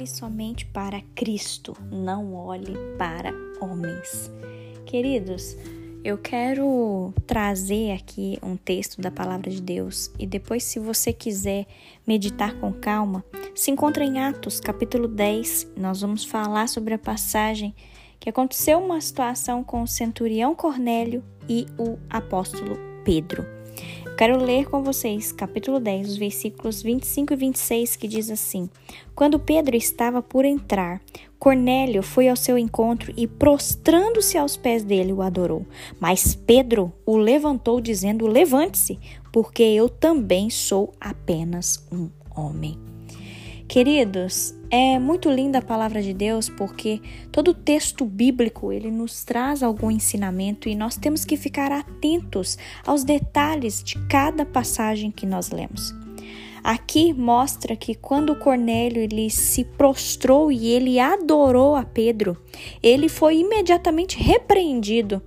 olhe somente para Cristo, não olhe para homens. Queridos, eu quero trazer aqui um texto da Palavra de Deus e depois, se você quiser meditar com calma, se encontra em Atos, capítulo 10. Nós vamos falar sobre a passagem que aconteceu uma situação com o centurião Cornélio e o apóstolo Pedro. Eu quero ler com vocês, capítulo 10, os versículos 25 e 26, que diz assim: Quando Pedro estava por entrar, Cornélio foi ao seu encontro e, prostrando-se aos pés dele, o adorou. Mas Pedro o levantou, dizendo: Levante-se, porque eu também sou apenas um homem. Queridos, é muito linda a palavra de Deus, porque todo texto bíblico ele nos traz algum ensinamento e nós temos que ficar atentos aos detalhes de cada passagem que nós lemos. Aqui mostra que quando Cornélio ele se prostrou e ele adorou a Pedro, ele foi imediatamente repreendido,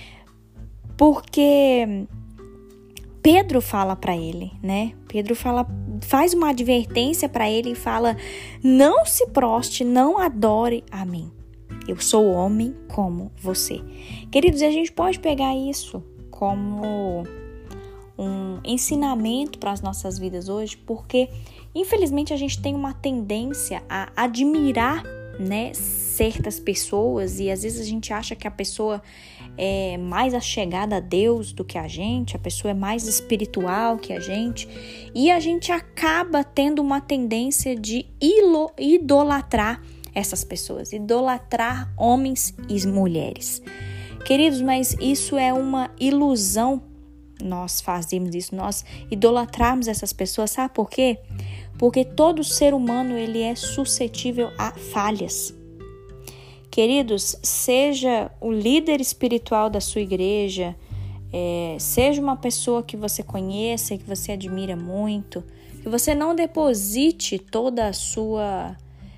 porque Pedro fala para ele, né? Pedro faz uma advertência para ele e fala: não se proste, não adore a mim. Eu sou homem como você. Queridos, a gente pode pegar isso como um ensinamento para as nossas vidas hoje, porque infelizmente a gente tem uma tendência a admirar, né, certas pessoas, e às vezes a gente acha que a pessoa é mais achegada a Deus do que a pessoa é mais espiritual que a gente, e a gente acaba tendo uma tendência de idolatrar essas pessoas, idolatrar homens e mulheres. Queridos, mas isso é uma ilusão. Nós fazemos isso, nós idolatrarmos essas pessoas, sabe por quê? Porque todo ser humano ele é suscetível a falhas. Queridos, seja o líder espiritual da sua igreja, seja uma pessoa que você conheça e que você admira muito, que você não deposite toda a sua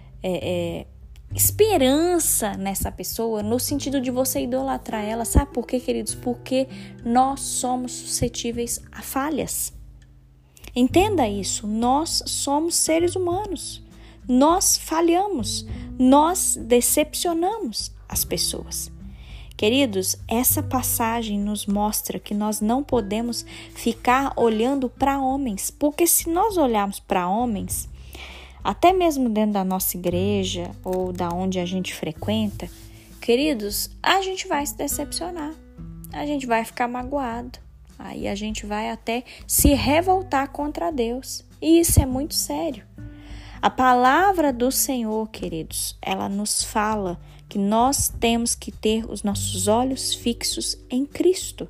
esperança nessa pessoa, no sentido de você idolatrar ela. Sabe por quê, queridos? Porque nós somos suscetíveis a falhas. Entenda isso, nós somos seres humanos, nós falhamos, nós decepcionamos as pessoas. Queridos, essa passagem nos mostra que nós não podemos ficar olhando para homens, porque se nós olharmos para homens, até mesmo dentro da nossa igreja ou da onde a gente frequenta, queridos, a gente vai se decepcionar, a gente vai ficar magoado, aí a gente vai até se revoltar contra Deus, e isso é muito sério. A palavra do Senhor, queridos, ela nos fala que nós temos que ter os nossos olhos fixos em Cristo,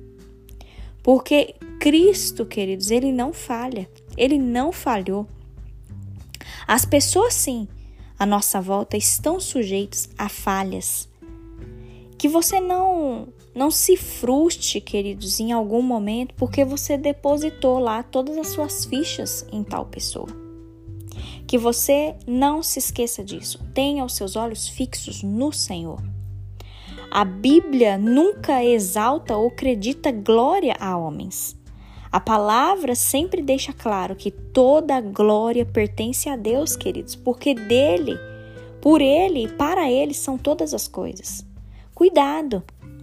porque Cristo, queridos, ele não falha, ele não falhou. As pessoas, sim, à nossa volta estão sujeitas a falhas. Que você não se frustre, queridos, em algum momento, porque você depositou lá todas as suas fichas em tal pessoa. Que você não se esqueça disso. Tenha os seus olhos fixos no Senhor. A Bíblia nunca exalta ou acredita glória a homens. A palavra sempre deixa claro que toda a glória pertence a Deus, queridos, porque dele, por ele e para ele são todas as coisas. Cuidado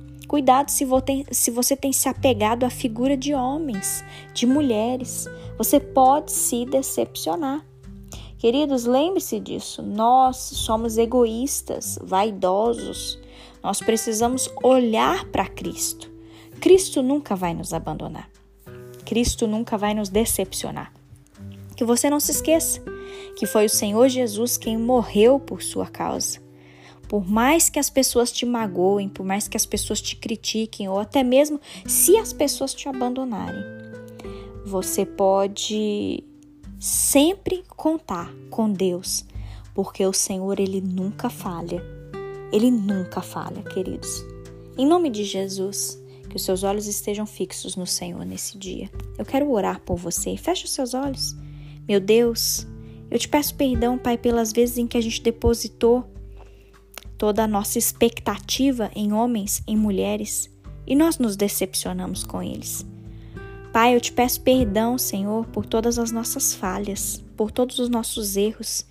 se você tem se apegado à figura de homens, de mulheres. Você pode se decepcionar. Queridos, lembre-se disso. Nós somos egoístas, vaidosos. Nós precisamos olhar para Cristo. Cristo nunca vai nos abandonar. Cristo nunca vai nos decepcionar. Que você não se esqueça que foi o Senhor Jesus quem morreu por sua causa. Por mais que as pessoas te magoem, por mais que as pessoas te critiquem, ou até mesmo se as pessoas te abandonarem, você pode sempre contar com Deus, porque o Senhor, ele nunca falha. Ele nunca falha, queridos. Em nome de Jesus, que os seus olhos estejam fixos no Senhor nesse dia. Eu quero orar por você. Feche os seus olhos. Meu Deus, eu te peço perdão, Pai, pelas vezes em que a gente depositou toda a nossa expectativa em homens, em mulheres, e nós nos decepcionamos com eles. Pai, eu te peço perdão, Senhor, por todas as nossas falhas, por todos os nossos erros.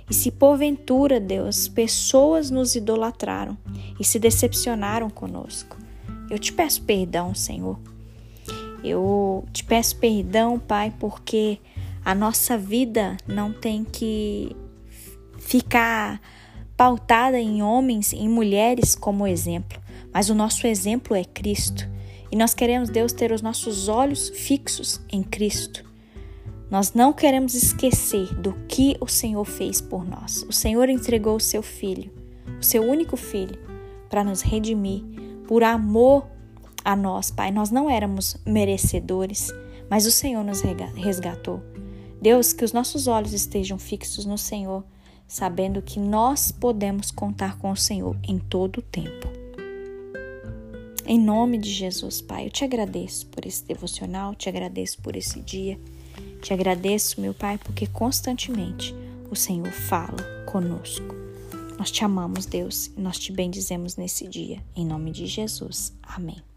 E se porventura, Deus, pessoas nos idolatraram e se decepcionaram conosco, eu te peço perdão, Senhor. Eu te peço perdão, Pai, porque a nossa vida não tem que ficar pautada em homens e mulheres como exemplo, mas o nosso exemplo é Cristo. E nós queremos, Deus, ter os nossos olhos fixos em Cristo. Nós não queremos esquecer do que o Senhor fez por nós. O Senhor entregou o seu Filho, o seu único Filho, para nos redimir, por amor a nós, Pai. Nós não éramos merecedores, mas o Senhor nos resgatou. Deus, que os nossos olhos estejam fixos no Senhor, sabendo que nós podemos contar com o Senhor em todo o tempo. Em nome de Jesus, Pai, eu te agradeço por esse devocional, te agradeço por esse dia. Te agradeço, meu Pai, porque constantemente o Senhor fala conosco. Nós te amamos, Deus, e nós te bendizemos nesse dia. Em nome de Jesus. Amém.